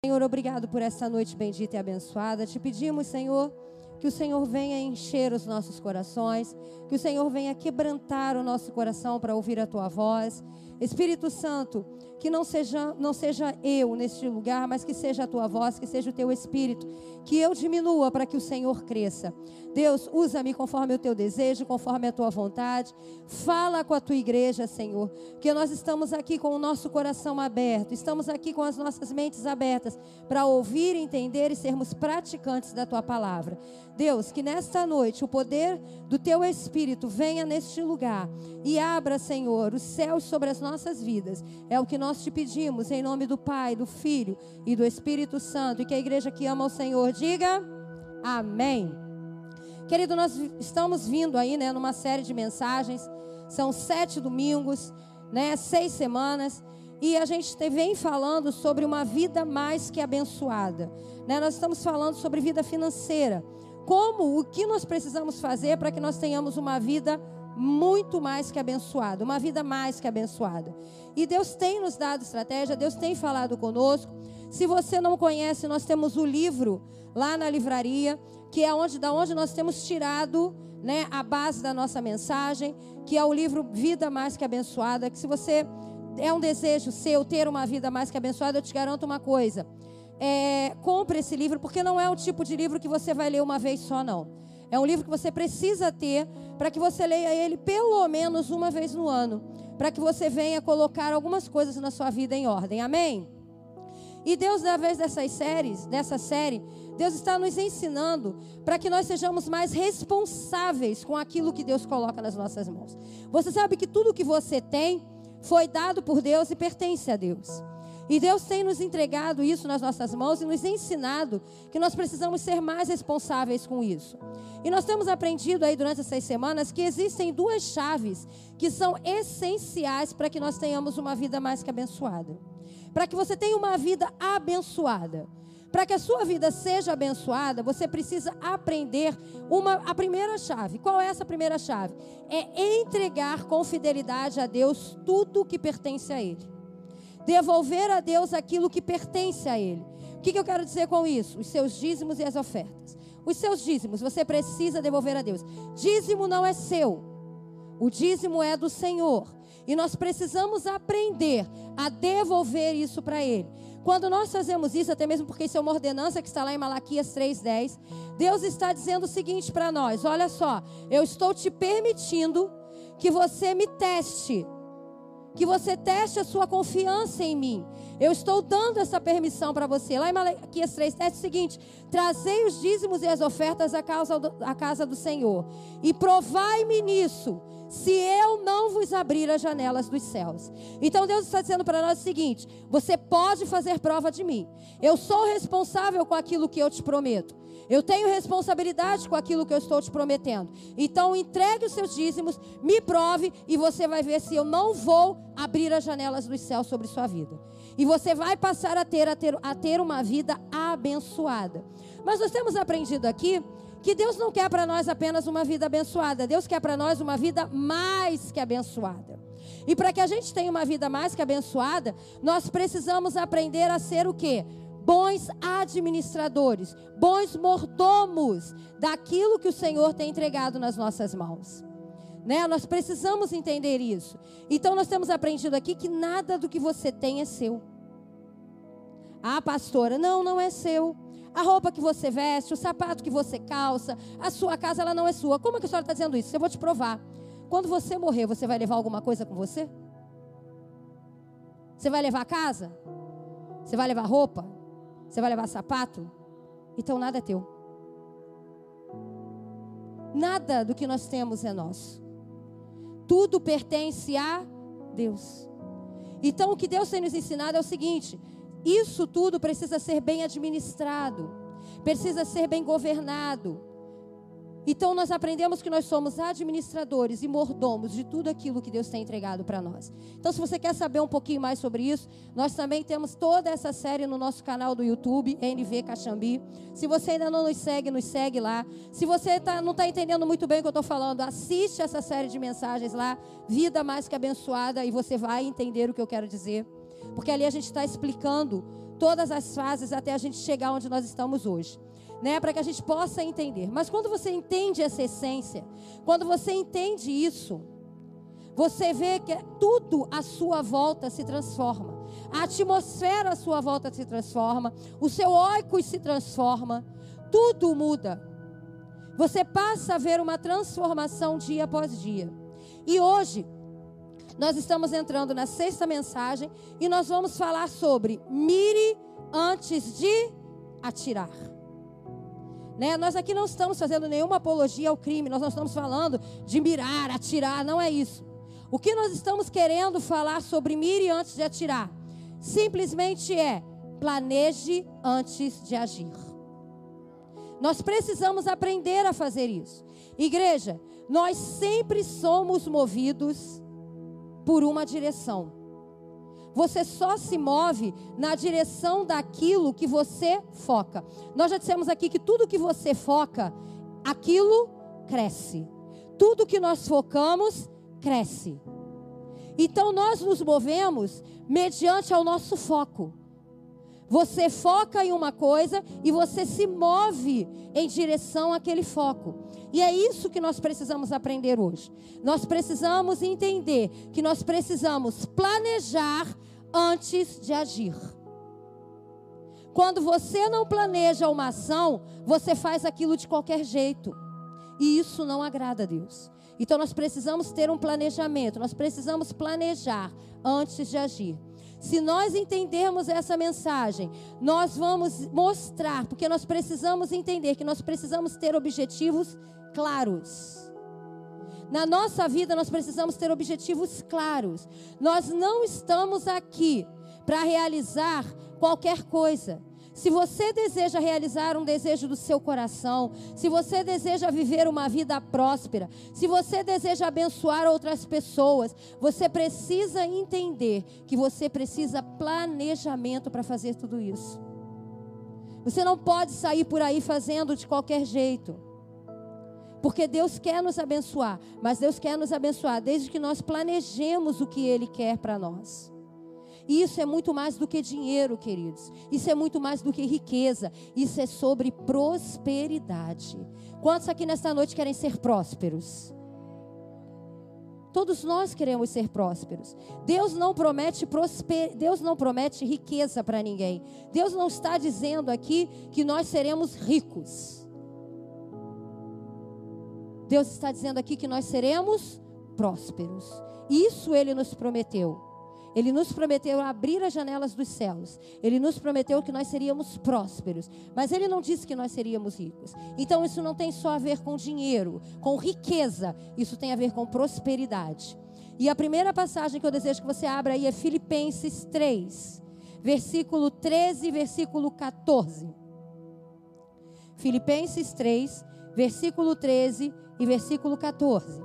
Senhor, obrigado por essa noite bendita e abençoada. Te pedimos, Senhor, que o Senhor venha encher os nossos corações, que o Senhor venha quebrantar o nosso coração para ouvir a Tua voz. Espírito Santo, que não seja eu neste lugar, mas que seja a Tua voz, que seja o Teu Espírito, que eu diminua para que o Senhor cresça. Deus, usa-me conforme o Teu desejo, conforme a Tua vontade. Fala com a Tua igreja, Senhor, que nós estamos aqui com o nosso coração aberto, estamos aqui com as nossas mentes abertas para ouvir, entender e sermos praticantes da Tua palavra. Deus, que nesta noite o poder do Teu Espírito venha neste lugar e abra, Senhor, os céus sobre as nossas vidas. É o que nós te pedimos, em nome do Pai, do Filho e do Espírito Santo. E que a igreja que ama o Senhor diga amém. Querido, nós estamos vindo aí, numa série de mensagens. São 7 domingos, 6 semanas. E a gente vem falando sobre uma vida mais que abençoada. Nós estamos falando sobre vida financeira. O que nós precisamos fazer para que nós tenhamos uma vida muito mais que abençoada, uma vida mais que abençoada. E Deus tem nos dado estratégia, Deus tem falado conosco. Se você não conhece, nós temos o livro lá na livraria, que é da onde nós temos tirado, a base da nossa mensagem, que é o livro Vida Mais que Abençoada. Que se você é um desejo seu ter uma vida mais que abençoada, eu te garanto uma coisa: compre esse livro, porque não é o tipo de livro que você vai ler uma vez só, não. É um livro que você precisa ter para que você leia ele pelo menos uma vez no ano, para que você venha colocar algumas coisas na sua vida em ordem, amém? E Deus, através dessa série, Deus está nos ensinando para que nós sejamos mais responsáveis com aquilo que Deus coloca nas nossas mãos. Você sabe que tudo que você tem foi dado por Deus e pertence a Deus. E Deus tem nos entregado isso nas nossas mãos e nos ensinado que nós precisamos ser mais responsáveis com isso. E nós temos aprendido aí durante essas semanas que existem 2 chaves que são essenciais para que nós tenhamos uma vida mais que abençoada. Para que você tenha uma vida abençoada. Para que a sua vida seja abençoada, você precisa aprender a primeira chave. Qual é essa primeira chave? É entregar com fidelidade a Deus tudo que pertence a Ele. Devolver a Deus aquilo que pertence a Ele. O que eu quero dizer com isso? Os seus dízimos e as ofertas. Os seus dízimos você precisa devolver a Deus. Dízimo não é seu. O dízimo é do Senhor. E nós precisamos aprender a devolver isso para Ele. Quando nós fazemos isso, até mesmo porque isso é uma ordenança que está lá em Malaquias 3:10, Deus está dizendo o seguinte para nós: olha só, eu estou te permitindo que você me teste. Que você teste a sua confiança em mim. Eu estou dando essa permissão para você. Lá em Malaquias 3, teste o seguinte: trazei os dízimos e as ofertas à casa do Senhor, e provai-me nisso, se eu não vos abrir as janelas dos céus. Então Deus está dizendo para nós o seguinte: você pode fazer prova de mim. Eu sou responsável com aquilo que eu te prometo. Eu tenho responsabilidade com aquilo que eu estou te prometendo. Então entregue os seus dízimos, me prove, e você vai ver se eu não vou abrir as janelas dos céus sobre sua vida. E você vai passar a ter uma vida abençoada. Mas nós temos aprendido aqui que Deus não quer para nós apenas uma vida abençoada. Deus quer para nós uma vida mais que abençoada. E para que a gente tenha uma vida mais que abençoada, nós precisamos aprender a ser o quê? Bons administradores, bons mordomos daquilo que o Senhor tem entregado nas nossas mãos. Nós precisamos entender isso. Então nós temos aprendido aqui que nada do que você tem é seu. Ah, pastora, não é seu. A roupa que você veste, o sapato que você calça, a sua casa, ela não é sua. Como é que a senhora está dizendo isso? Eu vou te provar. Quando você morrer, você vai levar alguma coisa com você? Você vai levar casa? Você vai levar roupa? Você vai levar sapato? Então nada é teu. Nada do que nós temos é nosso. Tudo pertence a Deus. Então o que Deus tem nos ensinado é o seguinte: isso tudo precisa ser bem administrado, precisa ser bem governado. Então nós aprendemos que nós somos administradores e mordomos de tudo aquilo que Deus tem entregado para nós. Então se você quer saber um pouquinho mais sobre isso, nós também temos toda essa série no nosso canal do YouTube, NV Caxambi. Se você ainda não nos segue lá. Se você não está entendendo muito bem o que eu estou falando, assiste essa série de mensagens lá, Vida Mais Que Abençoada, e você vai entender o que eu quero dizer. Porque ali a gente está explicando todas as fases até a gente chegar onde nós estamos hoje, né? Para que a gente possa entender. Mas quando você entende essa essência, quando você entende isso, você vê que tudo à sua volta se transforma. A atmosfera à sua volta se transforma. O seu oikos se transforma. Tudo muda. Você passa a ver uma transformação dia após dia. E hoje, nós estamos entrando na 6ª mensagem e nós vamos falar sobre mire antes de atirar. Né? Nós aqui não estamos fazendo nenhuma apologia ao crime, nós não estamos falando de mirar, atirar, não é isso. O que nós estamos querendo falar sobre mire antes de atirar, simplesmente é planeje antes de agir. Nós precisamos aprender a fazer isso. Igreja, nós sempre somos movidos por uma direção. Você só se move na direção daquilo que você foca. Nós já dissemos aqui que tudo que você foca, aquilo cresce. Tudo que nós focamos, cresce. Então nós nos movemos mediante ao nosso foco. Você foca em uma coisa e você se move em direção àquele foco. E é isso que nós precisamos aprender hoje. Nós precisamos entender que nós precisamos planejar antes de agir. Quando você não planeja uma ação, você faz aquilo de qualquer jeito. E isso não agrada a Deus. Então nós precisamos ter um planejamento, nós precisamos planejar antes de agir. Se nós entendermos essa mensagem, nós vamos mostrar, porque nós precisamos entender que nós precisamos ter objetivos claros. Na nossa vida nós precisamos ter objetivos claros. Nós não estamos aqui para realizar qualquer coisa. Se você deseja realizar um desejo do seu coração, se você deseja viver uma vida próspera, se você deseja abençoar outras pessoas, você precisa entender que você precisa planejamento para fazer tudo isso. Você não pode sair por aí fazendo de qualquer jeito. Porque Deus quer nos abençoar, mas Deus quer nos abençoar desde que nós planejemos o que Ele quer para nós. E isso é muito mais do que dinheiro, queridos. Isso é muito mais do que riqueza. Isso é sobre prosperidade. Quantos aqui nesta noite querem ser prósperos? Todos nós queremos ser prósperos. Deus não promete Deus não promete riqueza para ninguém. Deus não está dizendo aqui que nós seremos ricos. Deus está dizendo aqui que nós seremos prósperos. Isso Ele nos prometeu. Ele nos prometeu abrir as janelas dos céus. Ele nos prometeu que nós seríamos prósperos. Mas Ele não disse que nós seríamos ricos. Então isso não tem só a ver com dinheiro, com riqueza. Isso tem a ver com prosperidade. E a primeira passagem que eu desejo que você abra aí é Filipenses 3, versículo 13 e versículo 14. Filipenses 3, versículo 13 e versículo 14.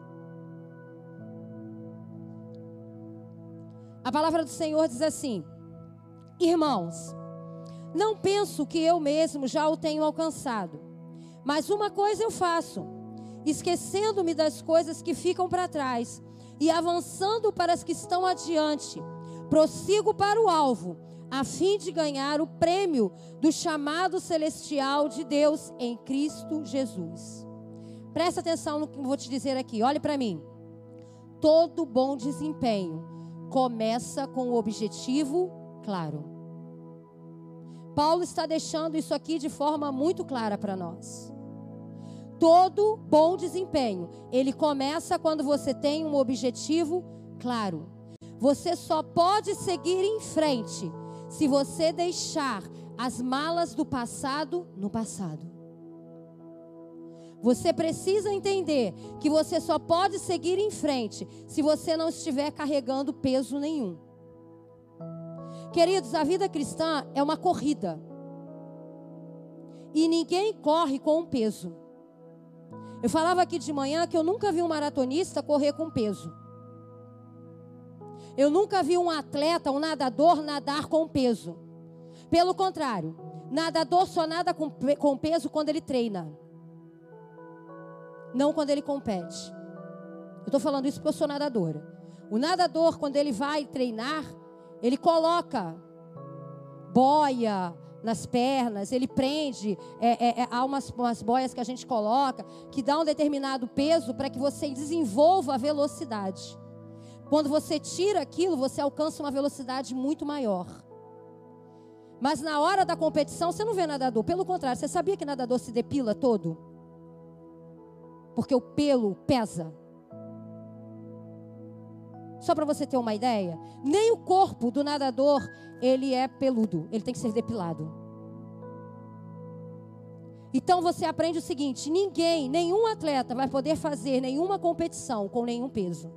A palavra do Senhor diz assim: irmãos, não penso que eu mesmo já o tenho alcançado, mas uma coisa eu faço, esquecendo-me das coisas que ficam para trás e avançando para as que estão adiante, prossigo para o alvo, a fim de ganhar o prêmio do chamado celestial de Deus em Cristo Jesus. Presta atenção no que eu vou te dizer aqui, olhe para mim. Todo bom desempenho começa com o objetivo claro. Paulo está deixando isso aqui de forma muito clara para nós. Todo bom desempenho, ele começa quando você tem um objetivo claro. Você só pode seguir em frente se você deixar as malas do passado no passado. Você precisa entender que você só pode seguir em frente se você não estiver carregando peso nenhum. Queridos, a vida cristã é uma corrida. E ninguém corre com um peso. Eu falava aqui de manhã que eu nunca vi um maratonista correr com peso. Eu nunca vi um atleta, um nadador nadar com peso. Pelo contrário, nadador só nada com peso quando ele treina. Não quando ele compete. Eu estou falando isso porque eu sou nadadora. O nadador, quando ele vai treinar, ele coloca boia nas pernas, ele prende, há umas boias que a gente coloca, que dá um determinado peso para que você desenvolva a velocidade. Quando você tira aquilo, você alcança uma velocidade muito maior. Mas na hora da competição, você não vê nadador. Pelo contrário, você sabia que nadador se depila todo? Porque o pelo pesa. Só para você ter uma ideia, nem o corpo do nadador, ele é peludo, ele tem que ser depilado. Então você aprende o seguinte: nenhum atleta vai poder fazer nenhuma competição com nenhum peso.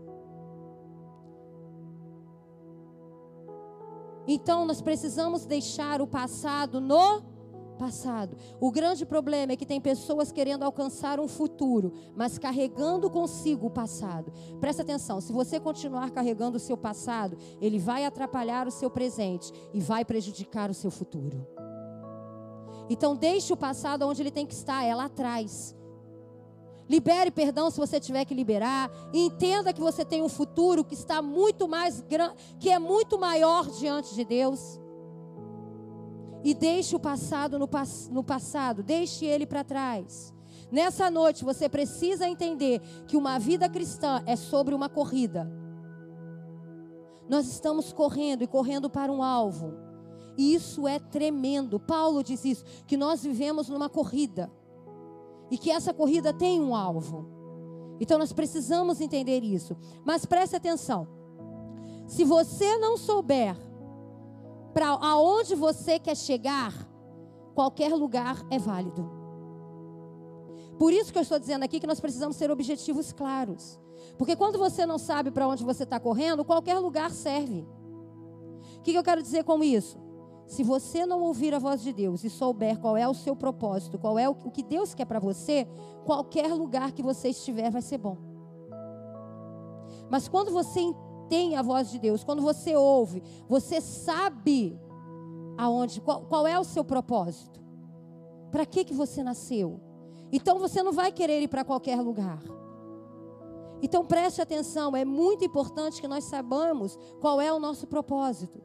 Então nós precisamos deixar o passado no passado. O grande problema é que tem pessoas querendo alcançar um futuro, mas carregando consigo o passado. Presta atenção, se você continuar carregando o seu passado, ele vai atrapalhar o seu presente e vai prejudicar o seu futuro. Então deixe o passado onde ele tem que estar, é lá atrás. Libere perdão se você tiver que liberar. E entenda que você tem um futuro que está muito mais grande, que é muito maior diante de Deus. E deixe o passado no passado, deixe ele para trás. Nessa noite você precisa entender que uma vida cristã é sobre uma corrida. Nós estamos correndo e correndo para um alvo. E isso é tremendo. Paulo diz isso, que nós vivemos numa corrida. E que essa corrida tem um alvo. Então nós precisamos entender isso. Mas preste atenção. Se você não souber para aonde você quer chegar, qualquer lugar é válido. Por isso que eu estou dizendo aqui que nós precisamos ter objetivos claros. Porque quando você não sabe para onde você está correndo, qualquer lugar serve. O que eu quero dizer com isso? Se você não ouvir a voz de Deus e souber qual é o seu propósito, qual é o que Deus quer para você, qualquer lugar que você estiver vai ser bom. Mas quando você tem a voz de Deus, quando você ouve, você sabe qual é o seu propósito. Para que você nasceu? Então você não vai querer ir para qualquer lugar. Então preste atenção, é muito importante que nós saibamos qual é o nosso propósito.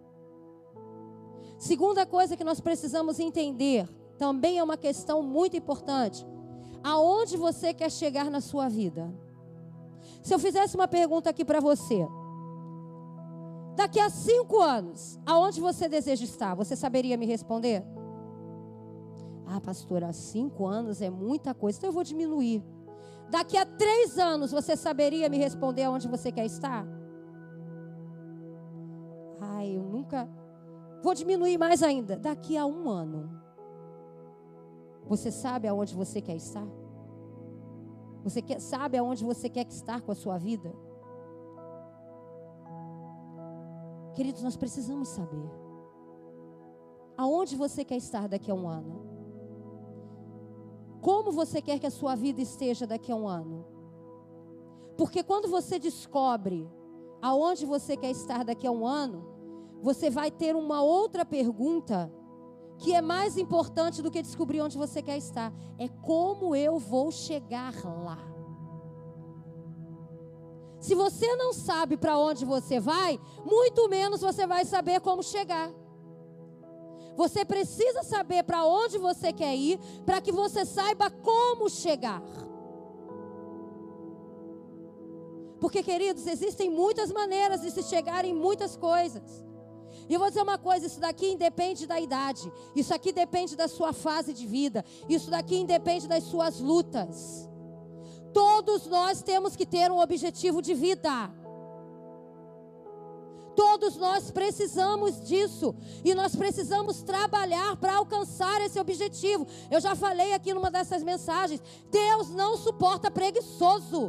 Segunda coisa que nós precisamos entender, também é uma questão muito importante. Aonde você quer chegar na sua vida? Se eu fizesse uma pergunta aqui para você, daqui a 5 anos, aonde você deseja estar? Você saberia me responder? Ah, pastora, 5 anos é muita coisa, então eu vou diminuir. Daqui a 3 anos, você saberia me responder aonde você quer estar? Ah, eu nunca... Vou diminuir mais ainda. Daqui a 1 ano, você sabe aonde você quer estar? Sabe aonde você quer estar com a sua vida? Queridos, nós precisamos saber. Aonde você quer estar daqui a 1 ano? Como você quer que a sua vida esteja daqui a 1 ano? Porque quando você descobre aonde você quer estar daqui a 1 ano, você vai ter uma outra pergunta que é mais importante do que descobrir onde você quer estar. É como eu vou chegar lá. Se você não sabe para onde você vai, muito menos você vai saber como chegar. Você precisa saber para onde você quer ir, para que você saiba como chegar. Porque, queridos, existem muitas maneiras de se chegar em muitas coisas. E eu vou dizer uma coisa, isso daqui independe da idade, isso aqui depende da sua fase de vida, isso daqui independe das suas lutas. Todos nós temos que ter um objetivo de vida. Todos nós precisamos disso. E nós precisamos trabalhar para alcançar esse objetivo. Eu já falei aqui numa dessas mensagens, Deus não suporta preguiçoso.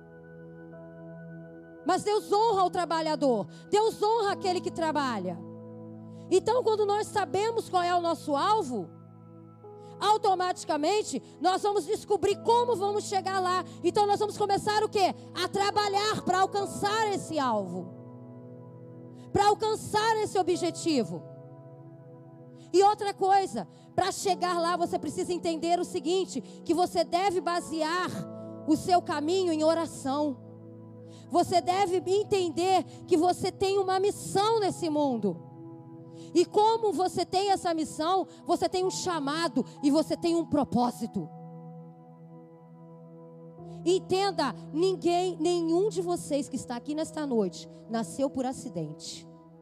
Mas Deus honra o trabalhador. Deus honra aquele que trabalha. Então, quando nós sabemos qual é o nosso alvo, automaticamente nós vamos descobrir como vamos chegar lá. Então, nós vamos começar o quê? A trabalhar para alcançar esse alvo. Para alcançar esse objetivo. E outra coisa, para chegar lá você precisa entender o seguinte, que você deve basear o seu caminho em oração. Você deve entender que você tem uma missão nesse mundo. E como você tem essa missão, você tem um chamado e você tem um propósito. Entenda, nenhum de vocês que está aqui nesta noite nasceu por acidente.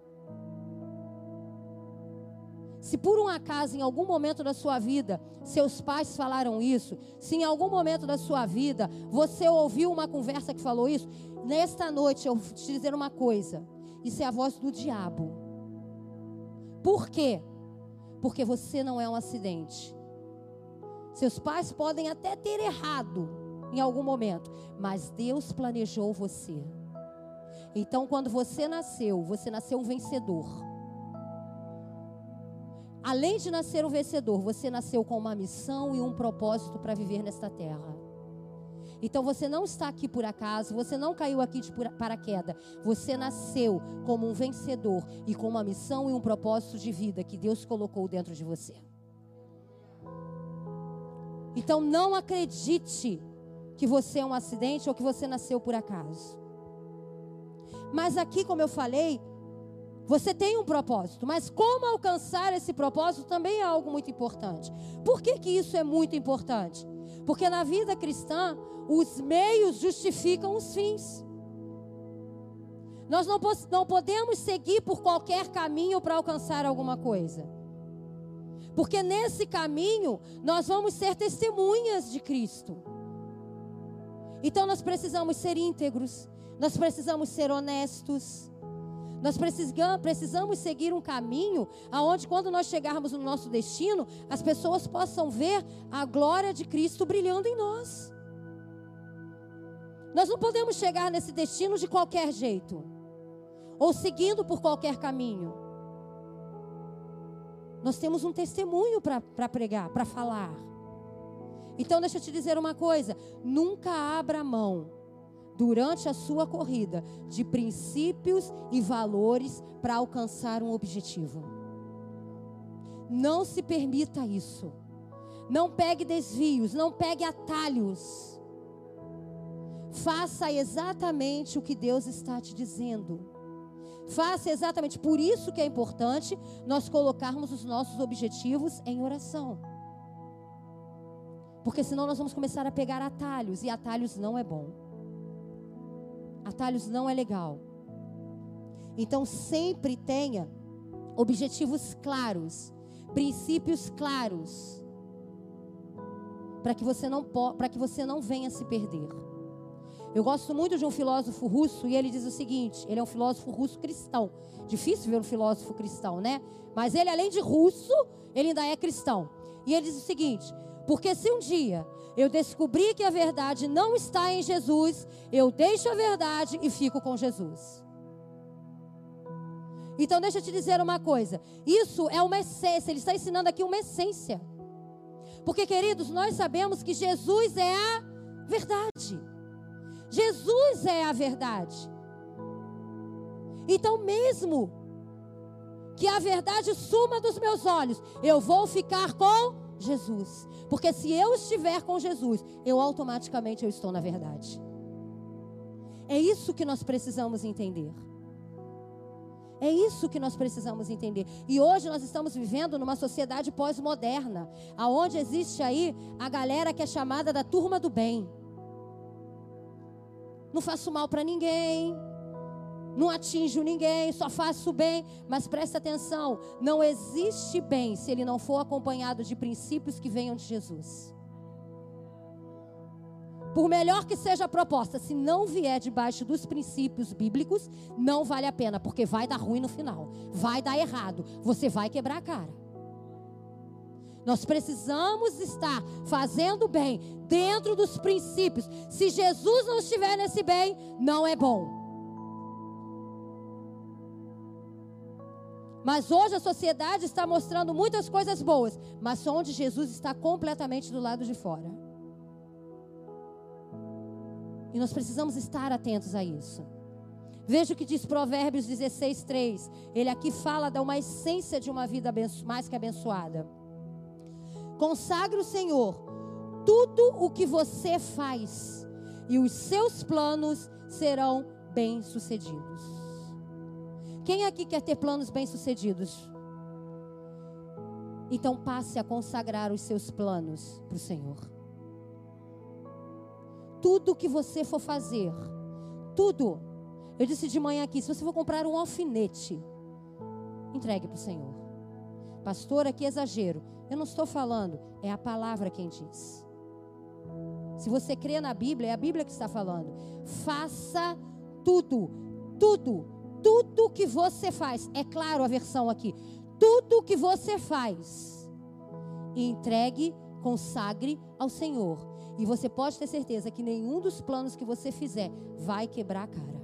Se por um acaso, em algum momento da sua vida, seus pais falaram isso, se em algum momento da sua vida, você ouviu uma conversa que falou isso, nesta noite eu vou te dizer uma coisa, isso é a voz do diabo. Por quê? Porque você não é um acidente. Seus pais podem até ter errado em algum momento, mas Deus planejou você. Então, quando você nasceu um vencedor. Além de nascer um vencedor, você nasceu com uma missão e um propósito para viver nesta terra. Então, você não está aqui por acaso, você não caiu aqui de paraquedas. Você nasceu como um vencedor e com uma missão e um propósito de vida que Deus colocou dentro de você. Então, não acredite que você é um acidente ou que você nasceu por acaso. Mas aqui, como eu falei, você tem um propósito. Mas como alcançar esse propósito também é algo muito importante. Por que que isso é muito importante? Porque na vida cristã, os meios justificam os fins. Nós não podemos seguir por qualquer caminho para alcançar alguma coisa. Porque nesse caminho, nós vamos ser testemunhas de Cristo. Então nós precisamos ser íntegros, nós precisamos ser honestos, nós precisamos seguir um caminho aonde quando nós chegarmos no nosso destino, as pessoas possam ver a glória de Cristo brilhando em nós. Nós não podemos chegar nesse destino de qualquer jeito, ou seguindo por qualquer caminho. Nós temos um testemunho para pregar, para falar. Então deixa eu te dizer uma coisa, nunca abra mão, durante a sua corrida, de princípios e valores para alcançar um objetivo. Não se permita isso. Não pegue desvios, não pegue atalhos. Faça exatamente o que Deus está te dizendo. Faça exatamente, por isso que é importante nós colocarmos os nossos objetivos em oração. Porque senão nós vamos começar a pegar atalhos. E atalhos não é bom. Atalhos não é legal. Então sempre tenha objetivos claros. Princípios claros. Para que você não venha se perder. Eu gosto muito de um filósofo russo. E ele diz o seguinte. Ele é um filósofo russo cristão. Difícil ver um filósofo cristão, né? Mas ele, além de russo, ele ainda é cristão. E ele diz o seguinte: porque se um dia eu descobrir que a verdade não está em Jesus, eu deixo a verdade e fico com Jesus. Então deixa eu te dizer uma coisa. Isso é uma essência. Ele está ensinando aqui uma essência. Porque, queridos, nós sabemos que Jesus é a verdade. Jesus é a verdade. Então mesmo que a verdade suma dos meus olhos, eu vou ficar com Jesus, porque se eu estiver com Jesus, automaticamente estou na verdade. É isso que nós precisamos entender. É isso que nós precisamos entender. E hoje nós estamos vivendo numa sociedade pós-moderna, aonde existe aí a galera que é chamada da turma do bem. Não faço mal para ninguém, não atinjo ninguém, só faço bem. Mas presta atenção, não existe bem se ele não for acompanhado de princípios que venham de Jesus. Por melhor que seja a proposta, se não vier debaixo dos princípios bíblicos, não vale a pena, porque vai dar ruim no final, vai dar errado, você vai quebrar a cara. Nós precisamos estar fazendo bem dentro dos princípios. Se Jesus não estiver nesse bem, não é bom. Mas hoje a sociedade está mostrando muitas coisas boas, mas onde Jesus está completamente do lado de fora. E nós precisamos estar atentos a isso. Veja o que diz Provérbios 16:3. Ele aqui fala de uma essência de uma vida mais que abençoada. Consagre o Senhor tudo o que você faz, e os seus planos serão bem-sucedidos. Quem aqui quer ter planos bem-sucedidos? Então passe a consagrar os seus planos para o Senhor. Tudo que você for fazer, tudo. Eu disse de manhã aqui, se você for comprar um alfinete, entregue para o Senhor. Pastor, aqui exagero. Eu não estou falando, é a palavra quem diz. Se você crê na Bíblia, é a Bíblia que está falando. Faça tudo, tudo, tudo que você faz. É claro a versão aqui. Tudo que você faz, entregue, consagre ao Senhor. E você pode ter certeza que nenhum dos planos que você fizer vai quebrar a cara.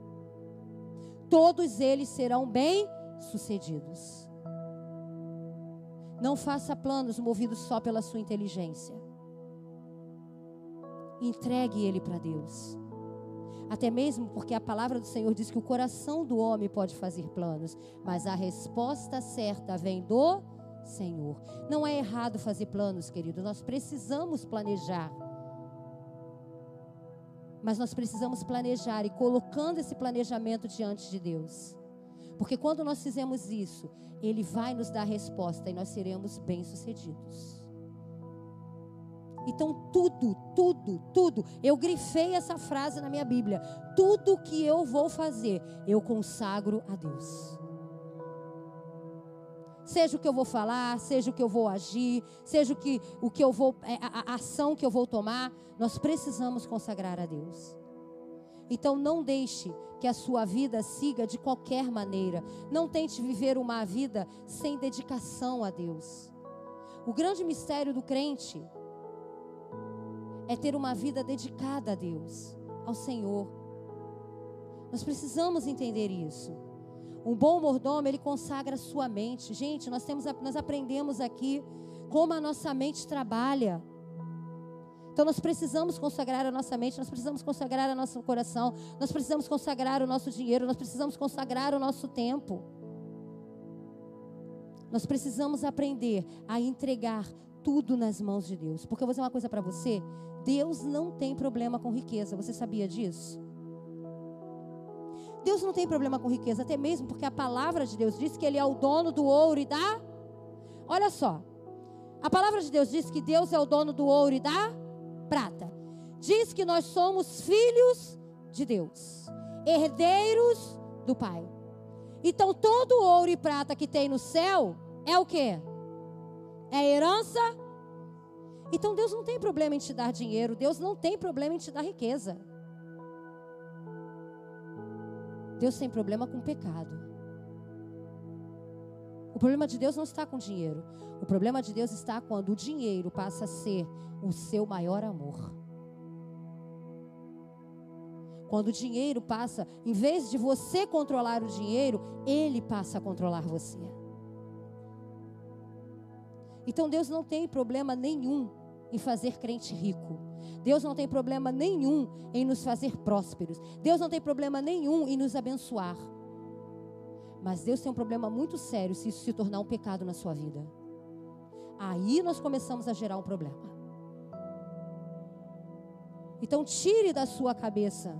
Todos eles serão bem-sucedidos. Não faça planos movidos só pela sua inteligência. Entregue ele para Deus. Até mesmo porque a palavra do Senhor diz que o coração do homem pode fazer planos, mas a resposta certa vem do Senhor. Não é errado fazer planos, querido. Nós precisamos planejar. Mas nós precisamos planejar e colocando esse planejamento diante de Deus. Porque quando nós fizermos isso, Ele vai nos dar a resposta e nós seremos bem-sucedidos. Então tudo, tudo, tudo, eu grifei essa frase na minha Bíblia. Tudo que eu vou fazer, eu consagro a Deus. Seja o que eu vou falar, seja o que eu vou agir, seja o que eu vou, a ação que eu vou tomar, nós precisamos consagrar a Deus. Então não deixe que a sua vida siga de qualquer maneira. Não tente viver uma vida sem dedicação a Deus. O grande mistério do crente é ter uma vida dedicada a Deus, ao Senhor. Nós precisamos entender isso. Um bom mordomo, ele consagra a sua mente. Gente, nós aprendemos aqui como a nossa mente trabalha. Então nós precisamos consagrar a nossa mente, nós precisamos consagrar o nosso coração, nós precisamos consagrar o nosso dinheiro, nós precisamos consagrar o nosso tempo. Nós precisamos aprender a entregar tudo nas mãos de Deus. Porque eu vou dizer uma coisa para você, Deus não tem problema com riqueza, você sabia disso? Deus não tem problema com riqueza, até mesmo porque a palavra de Deus diz que Ele é o dono do ouro e da... Olha só, a palavra de Deus diz que Deus é o dono do ouro e da prata. Diz que nós somos filhos de Deus, herdeiros do Pai. Então todo ouro e prata que tem no céu é o quê? É herança. Então Deus não tem problema em te dar dinheiro, Deus não tem problema em te dar riqueza. Deus tem problema com o pecado. O problema de Deus não está com dinheiro. O problema de Deus está quando o dinheiro passa a ser o seu maior amor. Quando o dinheiro passa, em vez de você controlar o dinheiro, ele passa a controlar você. Então Deus não tem problema nenhum em fazer crente rico. Deus não tem problema nenhum em nos fazer prósperos. Deus não tem problema nenhum em nos abençoar. Mas Deus tem um problema muito sério se isso se tornar um pecado na sua vida. Aí nós começamos a gerar um problema. Então tire da sua cabeça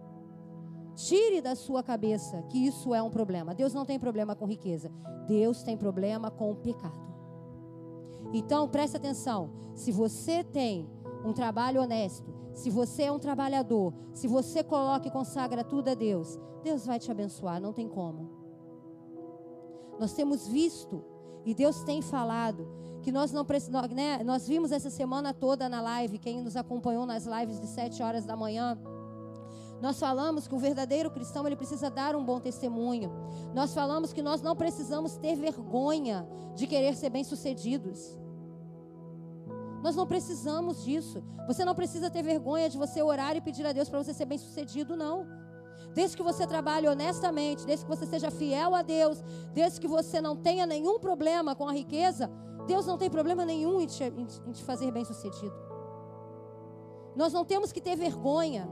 que isso é um problema. Deus não tem problema com riqueza. Deus tem problema com o pecado. Então preste atenção. Se você tem um trabalho honesto, se você é um trabalhador, se você coloca e consagra tudo a Deus, Deus vai te abençoar, não tem como. Nós temos visto e Deus tem falado que nós não precisamos, né? Nós vimos essa semana toda na live, quem nos acompanhou nas lives de 7 horas da manhã, nós falamos que o verdadeiro cristão, ele precisa dar um bom testemunho. Nós falamos que nós não precisamos ter vergonha de querer ser bem-sucedidos. Nós não precisamos disso. Você não precisa ter vergonha de você orar e pedir a Deus para você ser bem-sucedido, não. Desde que você trabalhe honestamente, desde que você seja fiel a Deus, desde que você não tenha nenhum problema com a riqueza, Deus não tem problema nenhum em te fazer bem-sucedido. Nós não temos que ter vergonha.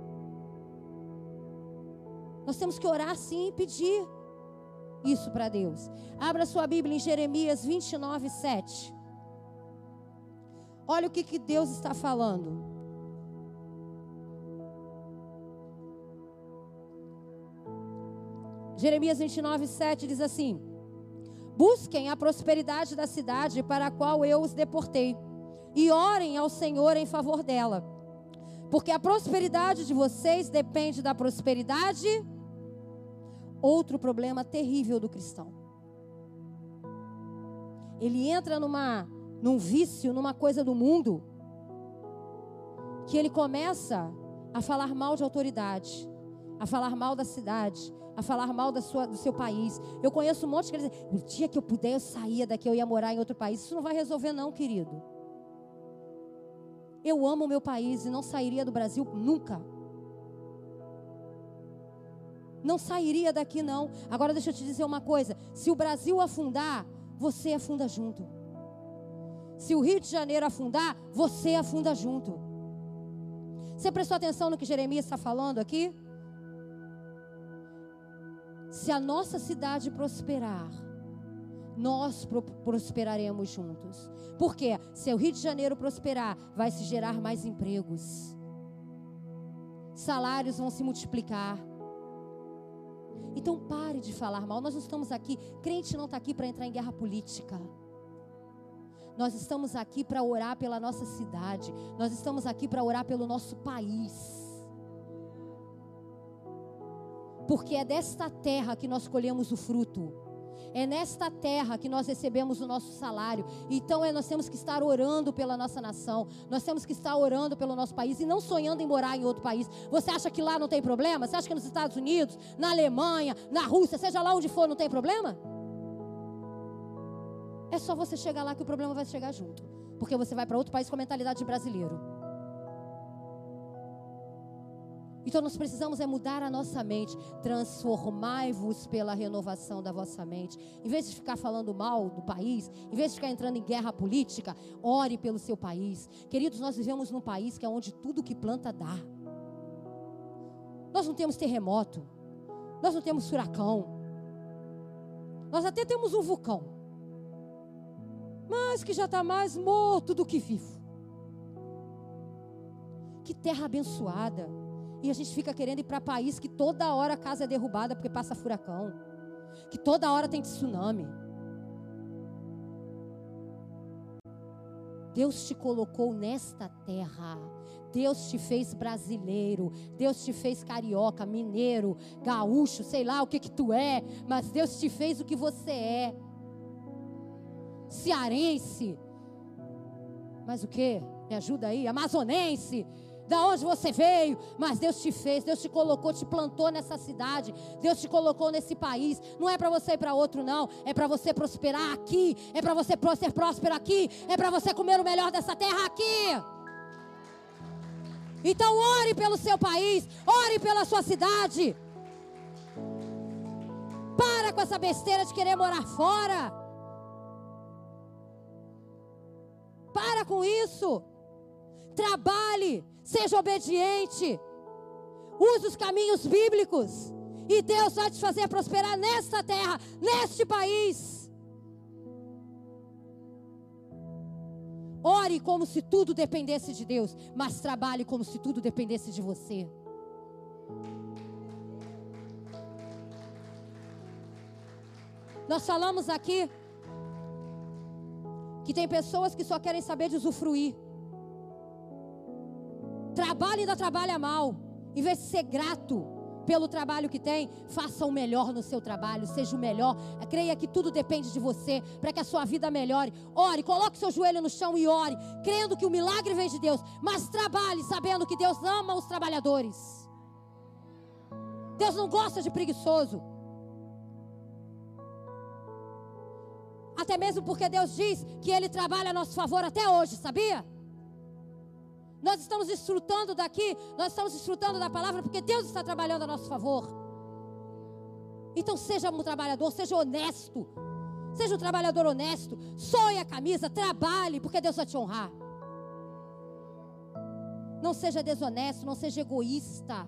Nós temos que orar sim e pedir isso para Deus. Abra sua Bíblia em Jeremias 29, 7. Olha o que Deus está falando. Jeremias 29, 7 diz assim: Busquem a prosperidade da cidade para a qual eu os deportei, e orem ao Senhor em favor dela, porque a prosperidade de vocês depende da prosperidade. Outro problema terrível do cristão. Ele entra num vício, numa coisa do mundo, que ele começa a falar mal de autoridade, a falar mal da cidade, a falar mal do seu país. Eu conheço um monte de gente que diz: o dia que eu puder eu saía daqui, eu ia morar em outro país. Isso não vai resolver não, querido. Eu amo o meu país e não sairia do Brasil nunca. Não sairia daqui não. Agora deixa eu te dizer uma coisa: se o Brasil afundar, você afunda junto. Se o Rio de Janeiro afundar, você afunda junto. Você prestou atenção no que Jeremias está falando aqui? Se a nossa cidade prosperar, nós prosperaremos juntos. Por quê? Se o Rio de Janeiro prosperar, vai se gerar mais empregos. Salários vão se multiplicar. Então pare de falar mal. Nós não estamos aqui, crente não está aqui para entrar em guerra política. Nós estamos aqui para orar pela nossa cidade. Nós estamos aqui para orar pelo nosso país. Porque é desta terra que nós colhemos o fruto. É nesta terra que nós recebemos o nosso salário. Então nós temos que estar orando pela nossa nação. Nós temos que estar orando pelo nosso país e não sonhando em morar em outro país. Você acha que lá não tem problema? Você acha que nos Estados Unidos, na Alemanha, na Rússia, seja lá onde for, não tem problema? É só você chegar lá que o problema vai chegar junto. Porque você vai para outro país com a mentalidade de brasileiro. Então nós precisamos mudar a nossa mente. Transformai-vos pela renovação da vossa mente. Em vez de ficar falando mal do país, em vez de ficar entrando em guerra política, ore pelo seu país. Queridos, nós vivemos num país que é onde tudo que planta dá. Nós não temos terremoto, nós não temos furacão, nós até temos um vulcão, mas que já está mais morto do que vivo. Que terra abençoada. E a gente fica querendo ir para país que toda hora a casa é derrubada porque passa furacão, que toda hora tem tsunami. Deus te colocou nesta terra. Deus te fez brasileiro. Deus te fez carioca, mineiro, gaúcho, sei lá o que tu é, mas Deus te fez o que você é. Cearense. Mas o que? Me ajuda aí. Amazonense. Da onde você veio, mas Deus te fez, Deus te colocou, te plantou nessa cidade, Deus te colocou nesse país. Não é para você ir para outro não, é para você prosperar aqui, é para você ser próspero aqui, é para você comer o melhor dessa terra aqui. Então ore pelo seu país, ore pela sua cidade. Para com essa besteira de querer morar fora. Para com isso. Trabalhe, seja obediente, use os caminhos bíblicos e Deus vai te fazer prosperar nesta terra, neste país. Ore como se tudo dependesse de Deus, mas trabalhe como se tudo dependesse de você. Nós falamos aqui que tem pessoas que só querem saber de usufruir. Trabalha e ainda trabalha mal. Em vez de ser grato pelo trabalho que tem, faça o melhor no seu trabalho, seja o melhor. Creia que tudo depende de você, para que a sua vida melhore. Ore, coloque seu joelho no chão e ore, crendo que o milagre vem de Deus. Mas trabalhe sabendo que Deus ama os trabalhadores. Deus não gosta de preguiçoso. Até mesmo porque Deus diz que Ele trabalha a nosso favor até hoje, sabia? Nós estamos desfrutando daqui, nós estamos desfrutando da palavra porque Deus está trabalhando a nosso favor. Então seja um trabalhador, seja honesto. Seja um trabalhador honesto. Soe a camisa, trabalhe, porque Deus vai te honrar. Não seja desonesto, não seja egoísta.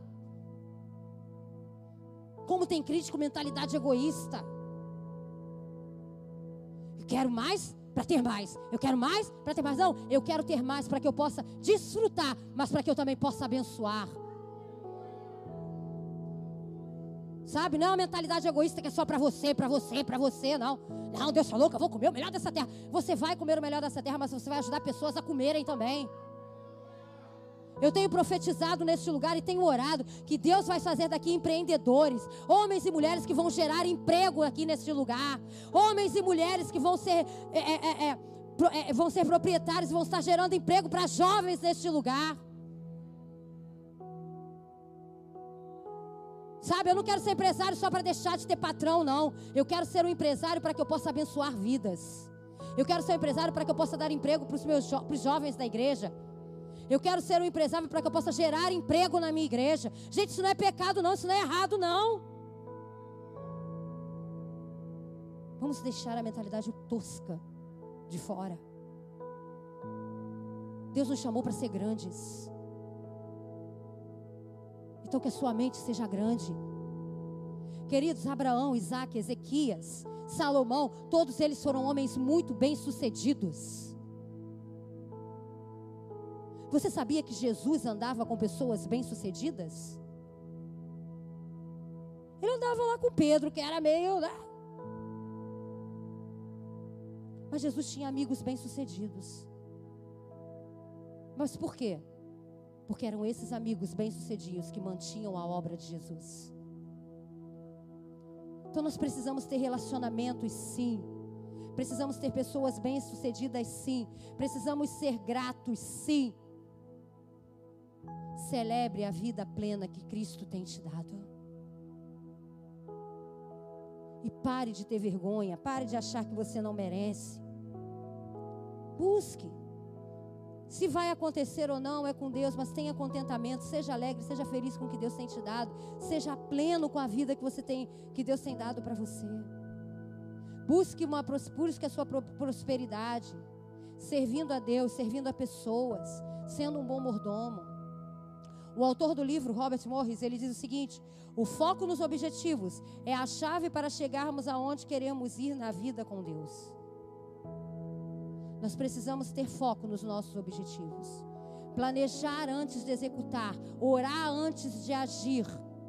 Como tem crítico mentalidade egoísta. Eu quero mais para ter mais. Eu quero mais para ter mais. Não, eu quero ter mais para que eu possa desfrutar, mas para que eu também possa abençoar. Sabe, não é uma mentalidade egoísta que é só para você, para você, para você, não. Não, Deus falou que eu vou comer o melhor dessa terra. Você vai comer o melhor dessa terra, mas você vai ajudar pessoas a comerem também. Eu tenho profetizado neste lugar e tenho orado que Deus vai fazer daqui empreendedores, homens e mulheres que vão gerar emprego aqui neste lugar, homens e mulheres que vão ser proprietários, vão estar gerando emprego para jovens neste lugar. Sabe, eu não quero ser empresário só para deixar de ter patrão, não. Eu quero ser um empresário para que eu possa abençoar vidas. Eu quero ser um empresário para que eu possa dar emprego para os jovens da igreja. Eu quero ser um empresário para que eu possa gerar emprego na minha igreja. Gente, isso não é pecado não, isso não é errado não. Vamos deixar a mentalidade tosca de fora. Deus nos chamou para ser grandes. Então que a sua mente seja grande. Queridos, Abraão, Isaac, Ezequias, Salomão, todos eles foram homens muito bem-sucedidos. Você sabia que Jesus andava com pessoas bem-sucedidas? Ele andava lá com Pedro, que era meio, né? Mas Jesus tinha amigos bem-sucedidos. Mas por quê? Porque eram esses amigos bem-sucedidos que mantinham a obra de Jesus. Então nós precisamos ter relacionamentos, sim. Precisamos ter pessoas bem-sucedidas, sim. Precisamos ser gratos, sim. Celebre a vida plena que Cristo tem te dado. E pare de ter vergonha, pare de achar que você não merece. Busque. Se vai acontecer ou não, é com Deus, mas tenha contentamento, seja alegre, seja feliz com o que Deus tem te dado, seja pleno com a vida que Deus tem dado para você. Busque a sua prosperidade, servindo a Deus, servindo a pessoas, sendo um bom mordomo. O autor do livro, Robert Morris, ele diz o seguinte: o foco nos objetivos é a chave para chegarmos aonde queremos ir na vida com Deus. Nós precisamos ter foco nos nossos objetivos. Planejar antes de executar. Orar antes de agir.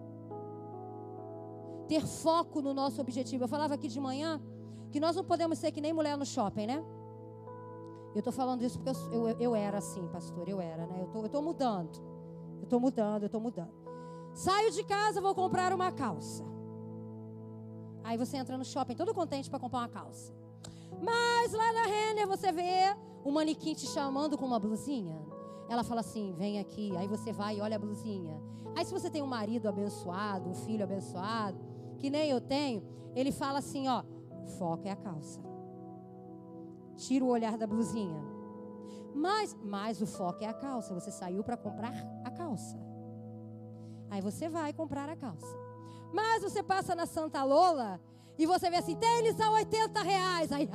Ter foco no nosso objetivo. Eu falava aqui de manhã que nós não podemos ser que nem mulher no shopping, né? Eu estou falando isso porque eu era assim, pastor. Eu era, né? Eu estou mudando. Eu estou mudando. Saio de casa, vou comprar uma calça. Aí você entra no shopping todo contente para comprar uma calça. Mas lá na Renner você vê um manequim te chamando com uma blusinha. Ela fala assim, vem aqui. Aí você vai e olha a blusinha. Aí se você tem um marido abençoado, um filho abençoado, que nem eu tenho, ele fala assim, ó, o foco é a calça. Tira o olhar da blusinha. Mas o foco é a calça. Você saiu para comprar a calça. Aí você vai comprar a calça. Mas você passa na Santa Lola e você vê assim, tênis a R$80. Aí,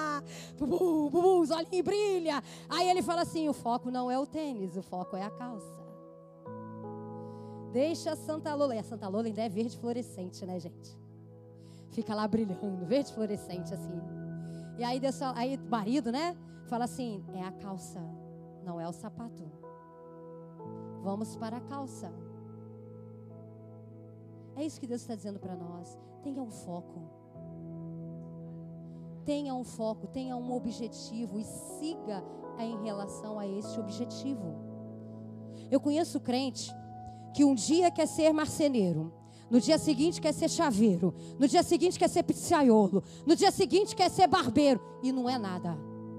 os olhinhos brilham. Aí ele fala assim, o foco não é o tênis, o foco é a calça. Deixa a Santa Lola. E a Santa Lola ainda é verde fluorescente, né, gente? Fica lá brilhando, verde fluorescente assim. E aí o marido, né, fala assim, é a calça, não é o sapato. Vamos para a calça. É isso que Deus está dizendo para nós. Tenha um foco. Tenha um foco, tenha um objetivo e siga em relação a esse objetivo. Eu conheço crente que um dia quer ser marceneiro, no dia seguinte quer ser chaveiro, no dia seguinte quer ser pizzaiolo, no dia seguinte quer ser barbeiro e não é nada.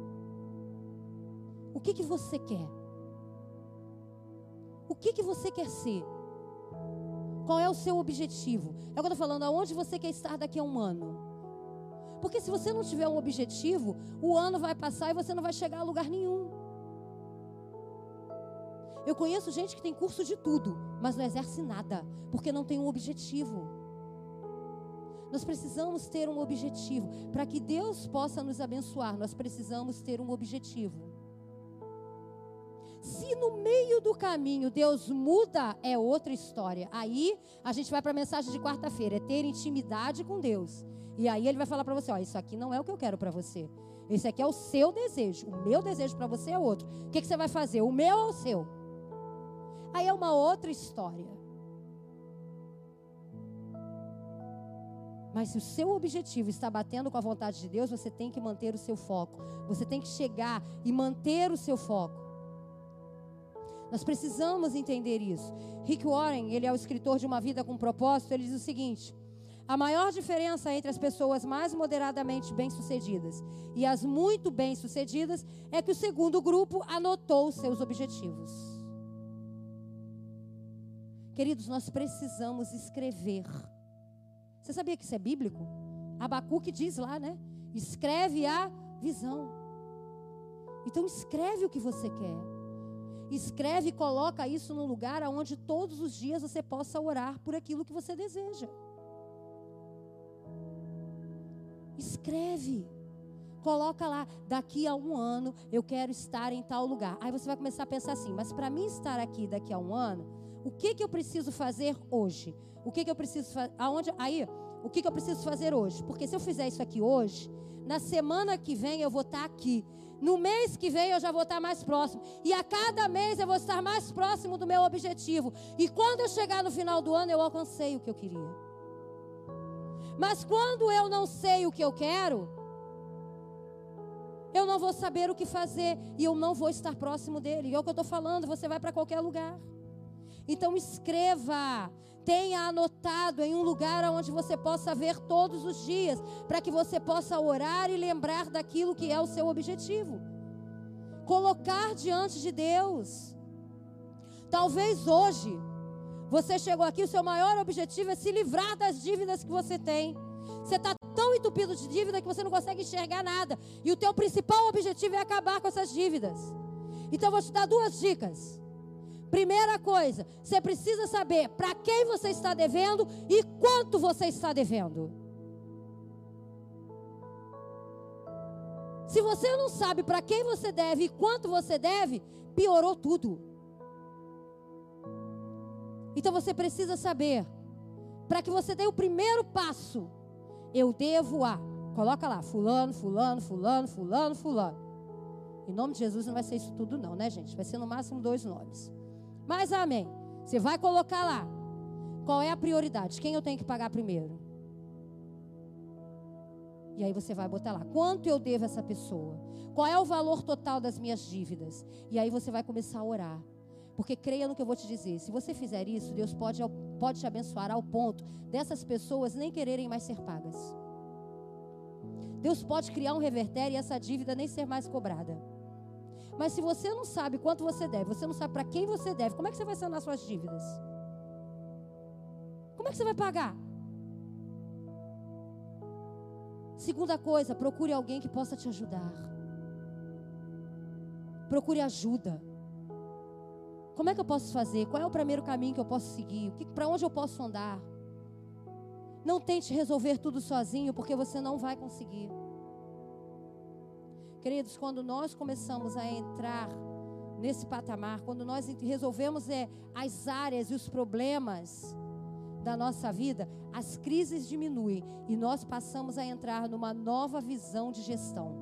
O que você quer? O que você quer ser? Qual é o seu objetivo? É o que eu estou falando, aonde você quer estar daqui a um ano? Porque se você não tiver um objetivo, o ano vai passar e você não vai chegar a lugar nenhum. Eu conheço gente que tem curso de tudo, mas não exerce nada, porque não tem um objetivo. Nós precisamos ter um objetivo. Para que Deus possa nos abençoar, nós precisamos ter um objetivo. Se no meio do caminho Deus muda, é outra história. Aí a gente vai para a mensagem de quarta-feira, é ter intimidade com Deus. E aí Ele vai falar para você, ó, isso aqui não é o que eu quero para você. Esse aqui é o seu desejo. O meu desejo para você é outro. O que você vai fazer? O meu ou o seu? Aí é uma outra história. Mas se o seu objetivo está batendo com a vontade de Deus, você tem que manter o seu foco. Você tem que chegar e manter o seu foco. Nós precisamos entender isso. Rick Warren, ele é o escritor de Uma Vida com Propósito, ele diz o seguinte: a maior diferença entre as pessoas mais moderadamente bem-sucedidas e as muito bem-sucedidas é que o segundo grupo anotou os seus objetivos. Queridos, nós precisamos escrever. Você sabia que isso é bíblico? Abacuque diz lá, né? Escreve a visão. Então escreve o que você quer. Escreve e coloca isso num lugar onde todos os dias você possa orar por aquilo que você deseja. Escreve. Coloca lá, daqui a 1 ano eu quero estar em tal lugar. Aí você vai começar a pensar assim, mas para mim estar aqui daqui a 1 ano, o que eu preciso fazer hoje? O que eu preciso fazer? O que eu preciso fazer hoje? Porque se eu fizer isso aqui hoje, na semana que vem eu vou estar aqui. No mês que vem eu já vou estar mais próximo. E a cada mês eu vou estar mais próximo do meu objetivo. E quando eu chegar no final do ano, eu alcancei o que eu queria. Mas quando eu não sei o que eu quero, eu não vou saber o que fazer. E eu não vou estar próximo dele. E é o que eu estou falando, você vai para qualquer lugar. Então escreva, tenha anotado em um lugar onde você possa ver todos os dias, para que você possa orar e lembrar daquilo que é o seu objetivo. Colocar diante de Deus. Talvez hoje, você chegou aqui, o seu maior objetivo é se livrar das dívidas que você tem. Você está tão entupido de dívida que você não consegue enxergar nada. E o teu principal objetivo é acabar com essas dívidas. Então eu vou te dar 2 dicas. Primeira coisa, você precisa saber para quem você está devendo e quanto você está devendo. Se você não sabe para quem você deve e quanto você deve, piorou tudo. Então você precisa saber, para que você dê o primeiro passo, eu devo a, coloca lá, fulano, fulano, fulano, fulano, fulano. Em nome de Jesus não vai ser isso tudo não, né, gente? Vai ser no máximo 2 nomes. Mas amém. Você vai colocar lá. Qual é a prioridade? Quem eu tenho que pagar primeiro? E aí você vai botar lá. Quanto eu devo a essa pessoa? Qual é o valor total das minhas dívidas? E aí você vai começar a orar. Porque creia no que eu vou te dizer. Se você fizer isso, Deus pode te abençoar ao ponto dessas pessoas nem quererem mais ser pagas. Deus pode criar um revertério e essa dívida nem ser mais cobrada. Mas se você não sabe quanto você deve, você não sabe para quem você deve, como é que você vai sanar suas dívidas? Como é que você vai pagar? Segunda coisa, procure alguém que possa te ajudar. Procure ajuda. Como é que eu posso fazer? Qual é o primeiro caminho que eu posso seguir? Para onde eu posso andar? Não tente resolver tudo sozinho, porque você não vai conseguir. Queridos, quando nós começamos a entrar nesse patamar, quando nós resolvemos as áreas e os problemas da nossa vida, as crises diminuem e nós passamos a entrar numa nova visão de gestão.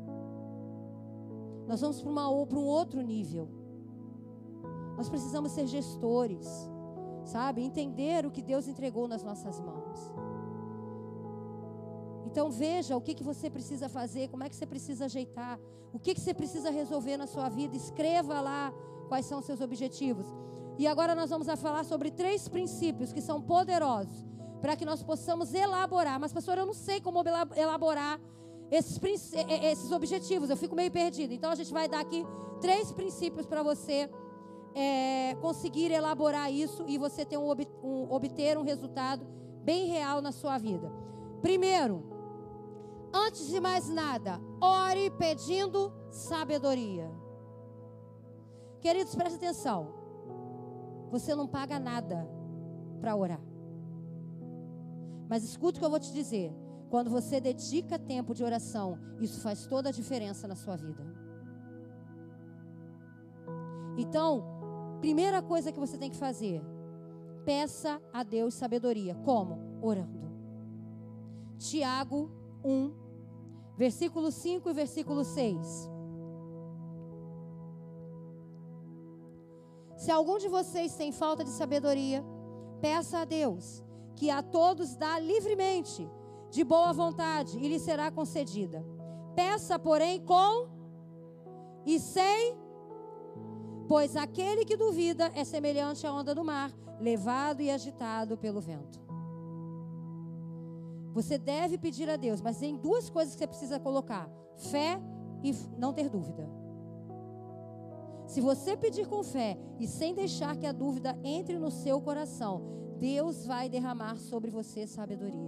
Nós vamos para um outro nível. Nós precisamos ser gestores, sabe? Entender o que Deus entregou nas nossas mãos. Então veja o que você precisa fazer, como é que você precisa ajeitar, o que você precisa resolver na sua vida. Escreva lá quais são os seus objetivos. E agora nós vamos falar sobre 3 princípios que são poderosos para que nós possamos elaborar. Mas pastor, eu não sei como elaborar esses objetivos, eu fico meio perdida. Então a gente vai dar aqui 3 princípios para você conseguir elaborar isso e você obter um resultado bem real na sua vida. Primeiro, antes de mais nada, ore pedindo sabedoria. Queridos, preste atenção. Você não paga nada para orar. Mas escuta o que eu vou te dizer. Quando você dedica tempo de oração, isso faz toda a diferença na sua vida. Então, primeira coisa que você tem que fazer, peça a Deus sabedoria. Como? Orando. Tiago 1, versículo 5 e versículo 6. Se algum de vocês tem falta de sabedoria, peça a Deus, que a todos dá livremente, de boa vontade e lhe será concedida. Peça, porém, com e sem, pois aquele que duvida é semelhante à onda do mar, levado e agitado pelo vento. Você deve pedir a Deus, mas tem duas coisas que você precisa colocar: fé e não ter dúvida. Se você pedir com fé e sem deixar que a dúvida entre no seu coração, Deus vai derramar sobre você sabedoria.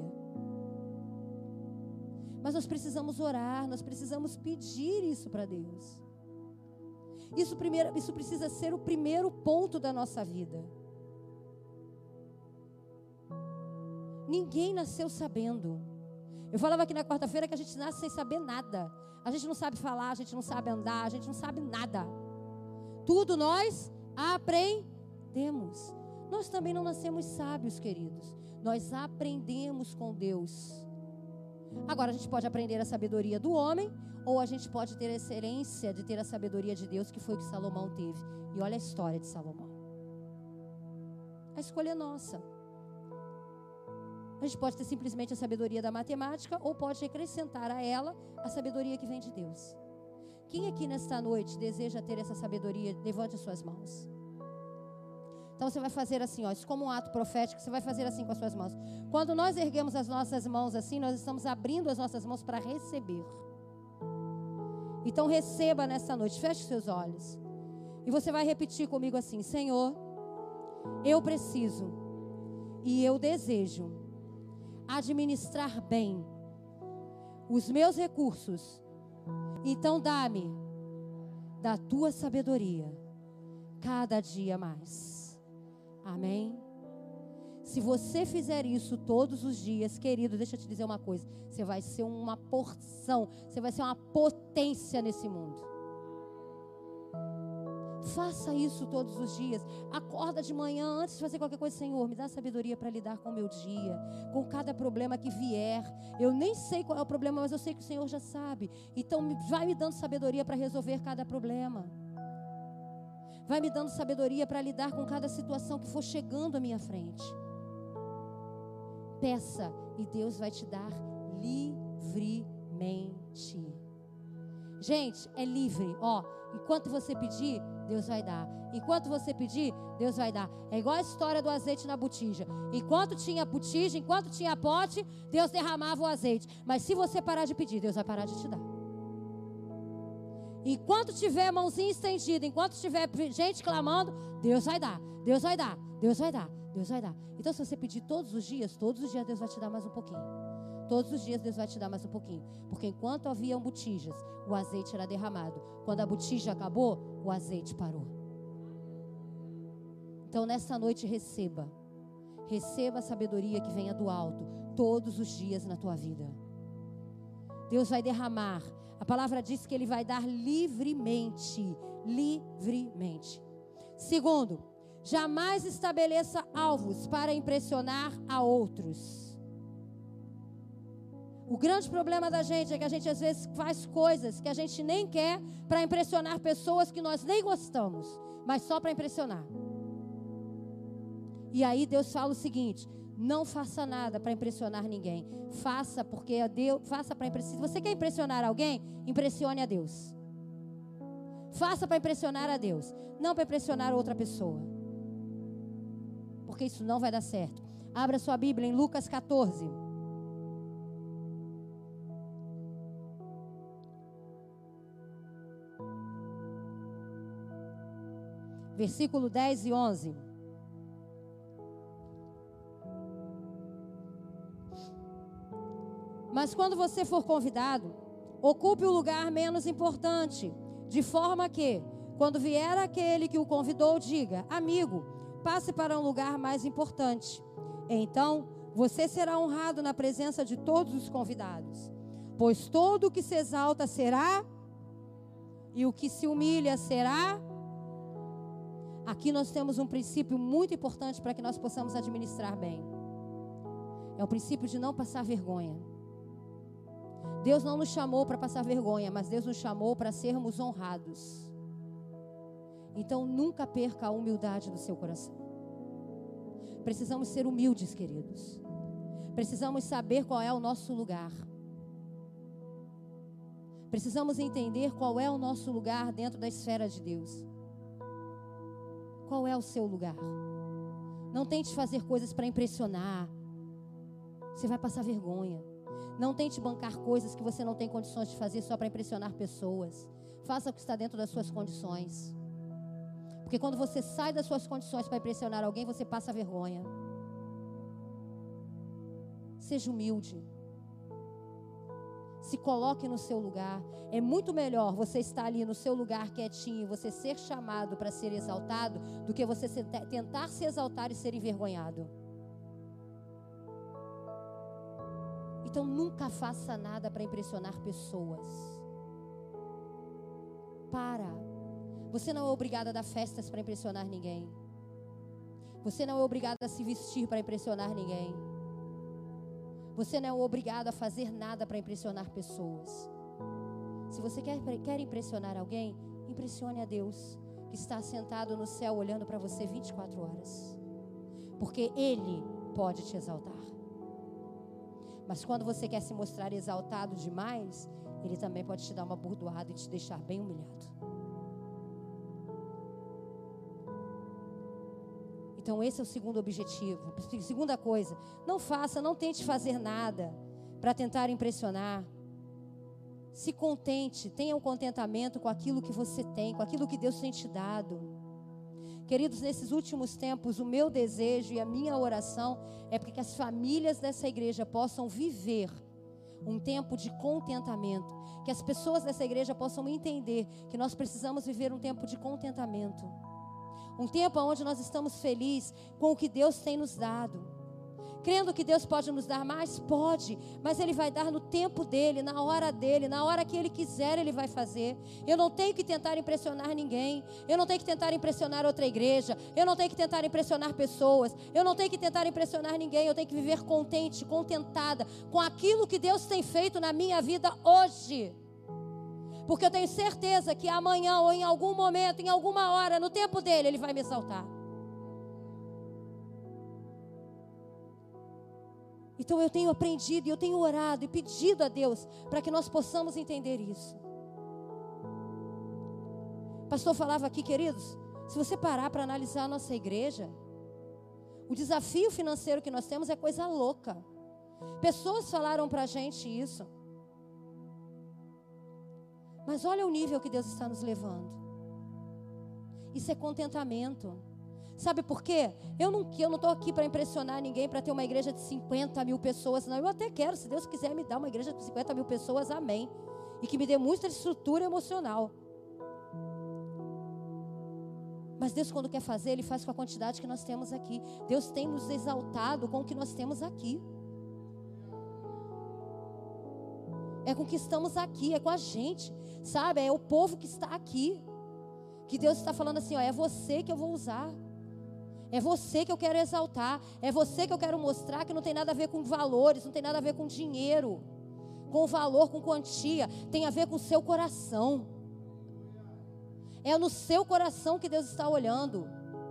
Mas nós precisamos orar, nós precisamos pedir isso para Deus. Isso precisa ser o primeiro ponto da nossa vida. Ninguém nasceu sabendo. Eu falava aqui na quarta-feira que a gente nasce sem saber nada. A gente não sabe falar, a gente não sabe andar, a gente não sabe nada. Tudo nós aprendemos. Nós também não nascemos sábios, queridos. Nós aprendemos com Deus. Agora, a gente pode aprender a sabedoria do homem, ou a gente pode ter a excelência de ter a sabedoria de Deus, que foi o que Salomão teve. E olha a história de Salomão. A escolha é nossa. A gente pode ter simplesmente a sabedoria da matemática, ou pode acrescentar a ela a sabedoria que vem de Deus. Quem aqui nesta noite deseja ter essa sabedoria? Levante as suas mãos. Então você vai fazer assim, ó, isso como um ato profético, você vai fazer assim com as suas mãos. Quando nós erguemos as nossas mãos assim, nós estamos abrindo as nossas mãos para receber. Então receba nessa noite, feche seus olhos. E você vai repetir comigo assim: Senhor, eu preciso e eu desejo administrar bem os meus recursos. Então dá-me da tua sabedoria cada dia mais. Amém? Se você fizer isso todos os dias, querido, deixa eu te dizer uma coisa: você vai ser uma porção, você vai ser uma potência nesse mundo. Faça isso todos os dias. Acorda de manhã, antes de fazer qualquer coisa: Senhor, me dá sabedoria para lidar com o meu dia, com cada problema que vier. Eu nem sei qual é o problema, mas eu sei que o Senhor já sabe. Então vai me dando sabedoria para resolver cada problema. Vai me dando sabedoria para lidar com cada situação que for chegando à minha frente. Peça e Deus vai te dar livremente. Gente, é livre, ó. Enquanto você pedir, Deus vai dar. Enquanto você pedir, Deus vai dar. É igual a história do azeite na botija. Enquanto tinha botija, enquanto tinha pote, Deus derramava o azeite. Mas se você parar de pedir, Deus vai parar de te dar. Enquanto tiver mãozinha estendida, enquanto tiver gente clamando, Deus vai dar, Deus vai dar, Deus vai dar, Deus vai dar. Então se você pedir todos os dias Deus vai te dar mais um pouquinho. Todos os dias Deus vai te dar mais um pouquinho. Porque enquanto haviam botijas, o azeite era derramado. Quando a botija acabou, o azeite parou. Então nessa noite receba a sabedoria que venha do alto, todos os dias na tua vida. Deus vai derramar. A palavra diz que Ele vai dar livremente. Livremente. Segundo, jamais estabeleça alvos para impressionar a outros. O grande problema da gente é que a gente às vezes faz coisas que a gente nem quer para impressionar pessoas que nós nem gostamos, mas só para impressionar. E aí Deus fala o seguinte: não faça nada para impressionar ninguém. Faça porque é Deus, faça para impressionar. Se você quer impressionar alguém, impressione a Deus. Faça para impressionar a Deus, não para impressionar outra pessoa. Porque isso não vai dar certo. Abra sua Bíblia em Lucas 14. Versículo 10 e 11. Mas quando você for convidado, ocupe o lugar menos importante, de forma que, quando vier aquele que o convidou, diga: amigo, passe para um lugar mais importante. Então, você será honrado na presença de todos os convidados. Pois todo o que se exalta será, e o que se humilha será. Aqui nós temos um princípio muito importante para que nós possamos administrar bem. É o princípio de não passar vergonha. Deus não nos chamou para passar vergonha, mas Deus nos chamou para sermos honrados. Então nunca perca a humildade do seu coração. Precisamos ser humildes, queridos. precisamos saber qual é o nosso lugar. Precisamos entender qual é o nosso lugar dentro da esfera de Deus. Qual é o seu lugar? Não tente fazer coisas para impressionar. Você vai passar vergonha. Não tente bancar coisas que você não tem condições de fazer só para impressionar pessoas. Faça o que está dentro das suas condições. Porque quando você sai das suas condições para impressionar alguém, você passa vergonha. Seja humilde. Se coloque no seu lugar. É muito melhor você estar ali no seu lugar quietinho, você ser chamado para ser exaltado, do que você tentar se exaltar e ser envergonhado. Então nunca faça nada para impressionar pessoas. Para. Você não é obrigado a dar festas para impressionar ninguém. Você não é obrigado a se vestir para impressionar ninguém. Você não é obrigado a fazer nada para impressionar pessoas. Se você quer impressionar alguém, impressione a Deus, que está sentado no céu olhando para você 24 horas. Porque Ele pode te exaltar. Mas quando você quer se mostrar exaltado demais, Ele também pode te dar uma burdoada e te deixar bem humilhado. Então esse é o segundo objetivo. Segunda coisa, não tente fazer nada para tentar impressionar. Se contente, tenha um contentamento com aquilo que você tem, com aquilo que Deus tem te dado. Queridos, nesses últimos tempos, o meu desejo e a minha oração é para que as famílias dessa igreja possam viver um tempo de contentamento. Que as pessoas dessa igreja possam entender que nós precisamos viver um tempo de contentamento. Um tempo onde nós estamos felizes com o que Deus tem nos dado. Crendo que Deus pode nos dar mais? Pode. Mas Ele vai dar no tempo dEle, na hora dEle, na hora que Ele quiser Ele vai fazer. Eu não tenho que tentar impressionar ninguém. Eu não tenho que tentar impressionar outra igreja. Eu não tenho que tentar impressionar pessoas. Eu não tenho que tentar impressionar ninguém. Eu tenho que viver contente, contentada com aquilo que Deus tem feito na minha vida hoje. Porque eu tenho certeza que amanhã ou em algum momento, em alguma hora, no tempo dEle, Ele vai me exaltar. Então eu tenho aprendido e eu tenho orado e pedido a Deus para que nós possamos entender isso. O pastor falava aqui, queridos, se você parar para analisar a nossa igreja, o desafio financeiro que nós temos é coisa louca. Pessoas falaram para a gente isso. Mas olha o nível que Deus está nos levando. Isso é contentamento. Sabe por quê? Eu não estou aqui para impressionar ninguém, para ter uma igreja de 50 mil pessoas. Não, eu até quero, se Deus quiser me dar uma igreja de 50 mil pessoas, amém. E que me dê muita estrutura emocional. Mas Deus, quando quer fazer, Ele faz com a quantidade que nós temos aqui. Deus tem nos exaltado com o que nós temos aqui. É com o que estamos aqui, é com a gente, sabe? É o povo que está aqui. Que Deus está falando assim, ó, é você que eu vou usar. É você que eu quero exaltar. É você que eu quero mostrar que não tem nada a ver com valores, não tem nada a ver com dinheiro, com valor, com quantia. Tem a ver com o seu coração. É no seu coração que Deus está olhando.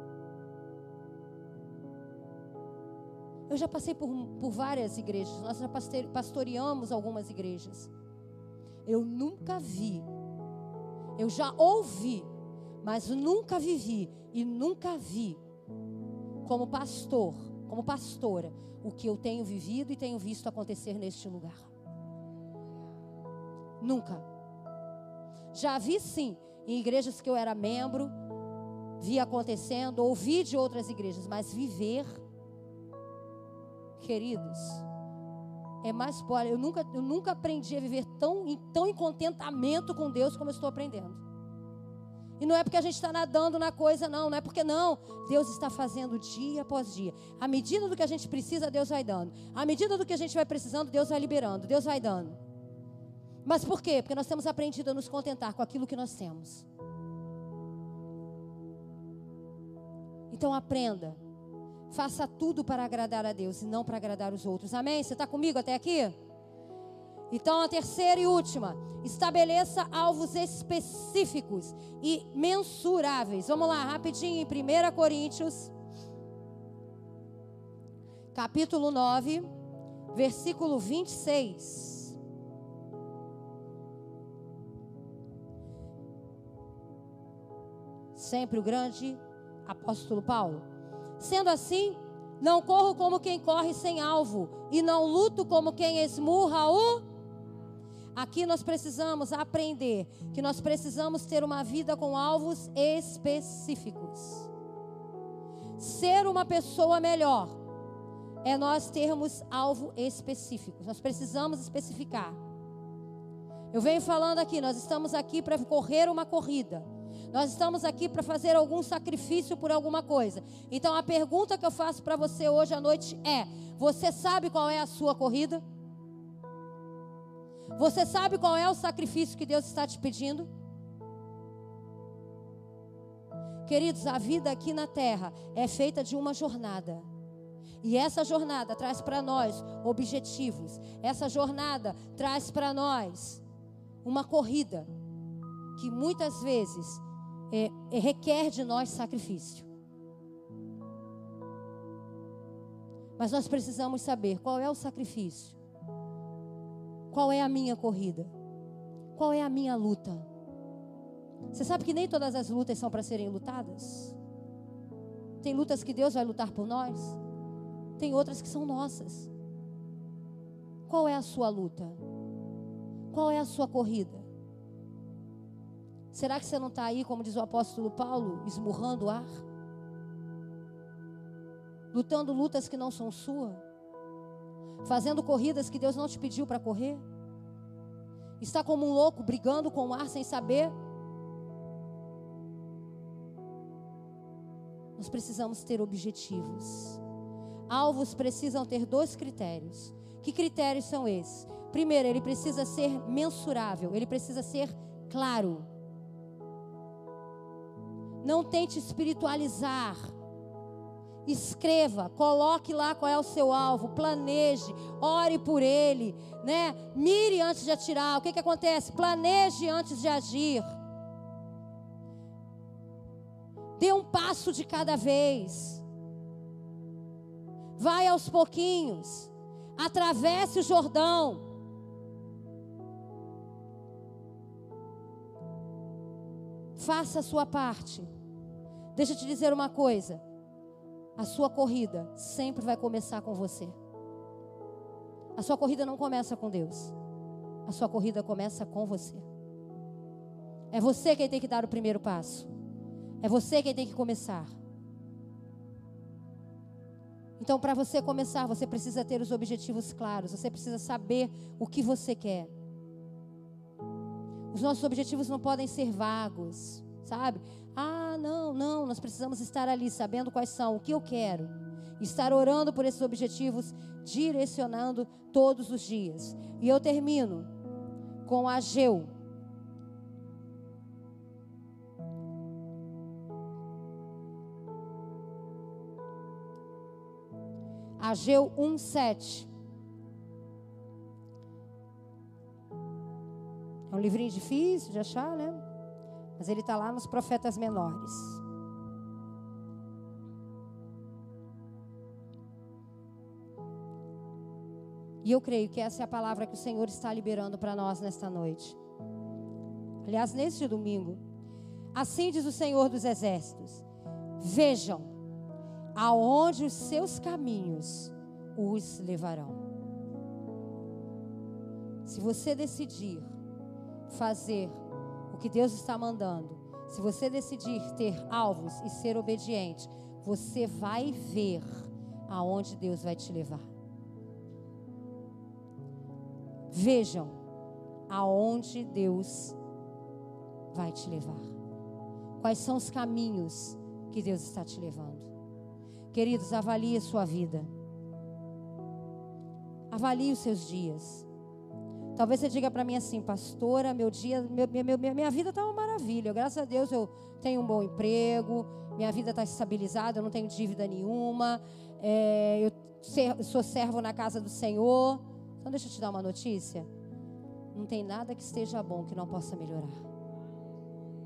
Eu já passei por várias igrejas. Nós já pastoreamos algumas igrejas. Eu nunca vi. Eu já ouvi, mas nunca vivi e nunca vi como pastor, como pastora, o que eu tenho vivido e tenho visto acontecer neste lugar. Nunca. Já vi sim, em igrejas que eu era membro, vi acontecendo, ouvi de outras igrejas, mas viver, queridos, é mais fora. Eu nunca aprendi a viver tão em contentamento com Deus como eu estou aprendendo. E não é porque a gente está nadando na coisa, não é porque não. Deus está fazendo dia após dia. À medida do que a gente precisa, Deus vai dando. À medida do que a gente vai precisando, Deus vai liberando, Deus vai dando. Mas por quê? Porque nós temos aprendido a nos contentar com aquilo que nós temos. Então aprenda. Faça tudo para agradar a Deus e não para agradar os outros. Amém? Você está comigo até aqui? Então a terceira e última. Estabeleça alvos específicos e mensuráveis. Vamos lá, rapidinho, em 1 Coríntios, capítulo 9, versículo 26. Sempre o grande apóstolo Paulo. Sendo assim, não corro como quem corre sem alvo, e não luto como quem esmurra o... Aqui nós precisamos aprender que nós precisamos ter uma vida com alvos específicos. Ser uma pessoa melhor é nós termos alvo específico. Nós precisamos especificar. Eu venho falando aqui, nós estamos aqui para correr uma corrida. Nós estamos aqui para fazer algum sacrifício por alguma coisa. Então a pergunta que eu faço para você hoje à noite é: você sabe qual é a sua corrida? Você sabe qual é o sacrifício que Deus está te pedindo? Queridos, a vida aqui na terra é feita de uma jornada. E essa jornada traz para nós objetivos. Essa jornada traz para nós uma corrida que muitas vezes requer de nós sacrifício. Mas nós precisamos saber qual é o sacrifício. Qual é a minha corrida? Qual é a minha luta? Você sabe que nem todas as lutas são para serem lutadas? Tem lutas que Deus vai lutar por nós, tem outras que são nossas. Qual é a sua luta? Qual é a sua corrida? Será que você não está aí, como diz o apóstolo Paulo, esmurrando o ar? Lutando lutas que não são suas? Fazendo corridas que Deus não te pediu para correr? Está como um louco brigando com o ar sem saber? Nós precisamos ter objetivos. Alvos precisam ter 2 critérios. Que critérios são esses? Primeiro, ele precisa ser mensurável, ele precisa ser claro. Não tente espiritualizar. Escreva, coloque lá qual é o seu alvo, planeje, ore por ele, né? Mire antes de atirar. O que acontece? Planeje antes de agir. Dê um passo de cada vez. Vai aos pouquinhos. Atravesse o Jordão. Faça a sua parte. Deixa eu te dizer uma coisa. A sua corrida sempre vai começar com você. A sua corrida não começa com Deus. A sua corrida começa com você. É você quem tem que dar o primeiro passo. É você quem tem que começar. Então, para você começar, você precisa ter os objetivos claros. Você precisa saber o que você quer. Os nossos objetivos não podem ser vagos, sabe? Não, nós precisamos estar ali sabendo quais são, o que eu quero. Estar orando por esses objetivos, direcionando todos os dias. E eu termino com Ageu. Ageu 1:7. É um livrinho difícil de achar, né? Mas ele está lá nos profetas menores. E eu creio que essa é a palavra que o Senhor está liberando para nós nesta noite. Aliás, neste domingo. Assim diz o Senhor dos Exércitos: vejam aonde os seus caminhos os levarão. Se você decidir fazer o que Deus está mandando, se você decidir ter alvos e ser obediente, você vai ver aonde Deus vai te levar. Vejam aonde Deus vai te levar. Quais são os caminhos que Deus está te levando? Queridos, avalie a sua vida. Avalie os seus dias. Talvez você diga para mim assim: pastora, minha vida está uma maravilha. Graças a Deus eu tenho um bom emprego, minha vida está estabilizada, eu não tenho dívida nenhuma, eu sou servo na casa do Senhor. Então deixa eu te dar uma notícia. Não tem nada que esteja bom que não possa melhorar.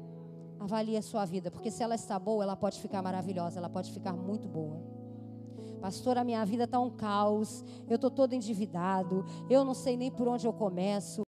Avalie a sua vida, porque se ela está boa, ela pode ficar maravilhosa, ela pode ficar muito boa. Pastor, a minha vida está um caos, eu estou todo endividado, eu não sei nem por onde eu começo.